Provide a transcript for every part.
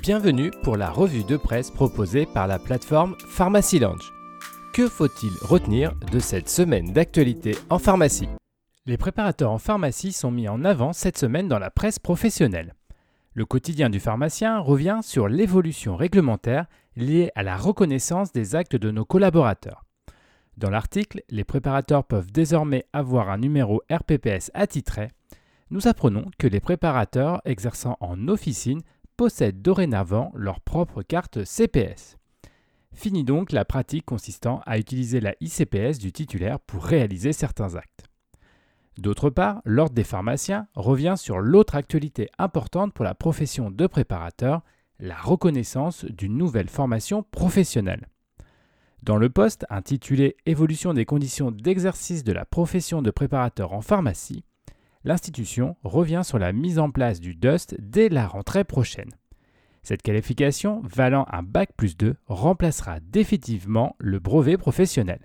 Bienvenue pour la revue de presse proposée par la plateforme Pharmacy Lounge. Que faut-il retenir de cette semaine d'actualité en pharmacie ? Les préparateurs en pharmacie sont mis en avant cette semaine dans la presse professionnelle. Le quotidien du pharmacien revient sur l'évolution réglementaire liée à la reconnaissance des actes de nos collaborateurs. Dans l'article, les préparateurs peuvent désormais avoir un numéro RPPS attitré. Nous apprenons que les préparateurs exerçant en officine possèdent dorénavant leur propre carte CPS. Fini donc la pratique consistant à utiliser la ICPS du titulaire pour réaliser certains actes. D'autre part, l'Ordre des pharmaciens revient sur l'autre actualité importante pour la profession de préparateur, la reconnaissance d'une nouvelle formation professionnelle. Dans le poste intitulé « Évolution des conditions d'exercice de la profession de préparateur en pharmacie », l'institution revient sur la mise en place du DUST dès la rentrée prochaine. Cette qualification, valant un Bac+2, remplacera définitivement le brevet professionnel.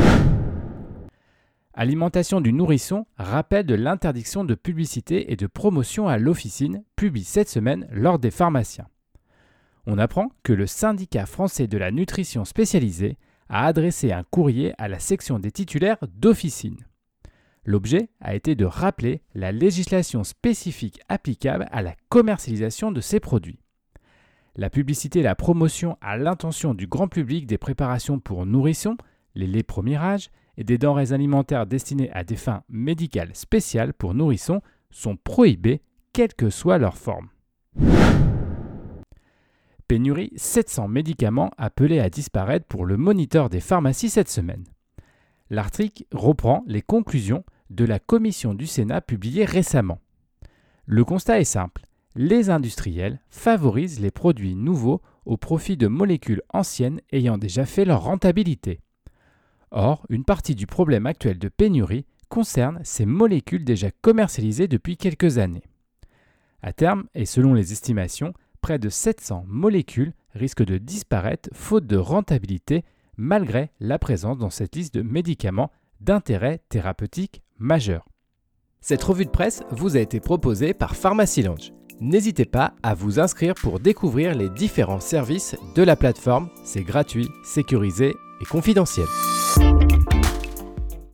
Alimentation du nourrisson, rappel de l'interdiction de publicité et de promotion à l'officine, publie cette semaine l'Ordre des pharmaciens. On apprend que le syndicat français de la nutrition spécialisée a adressé un courrier à la section des titulaires d'officine. L'objet a été de rappeler la législation spécifique applicable à la commercialisation de ces produits. La publicité et la promotion à l'intention du grand public des préparations pour nourrissons, les laits premier âge et des denrées alimentaires destinées à des fins médicales spéciales pour nourrissons sont prohibées, quelle que soit leur forme. Pénurie 700 médicaments appelés à disparaître pour le moniteur des pharmacies cette semaine. L'article reprend les conclusions de la commission du Sénat publiée récemment. Le constat est simple, les industriels favorisent les produits nouveaux au profit de molécules anciennes ayant déjà fait leur rentabilité. Or, une partie du problème actuel de pénurie concerne ces molécules déjà commercialisées depuis quelques années. À terme, et selon les estimations, près de 700 molécules risquent de disparaître faute de rentabilité malgré la présence dans cette liste de médicaments d'intérêt thérapeutique majeur. Cette revue de presse vous a été proposée par Pharmacy Lounge. N'hésitez pas à vous inscrire pour découvrir les différents services de la plateforme. C'est gratuit, sécurisé et confidentiel.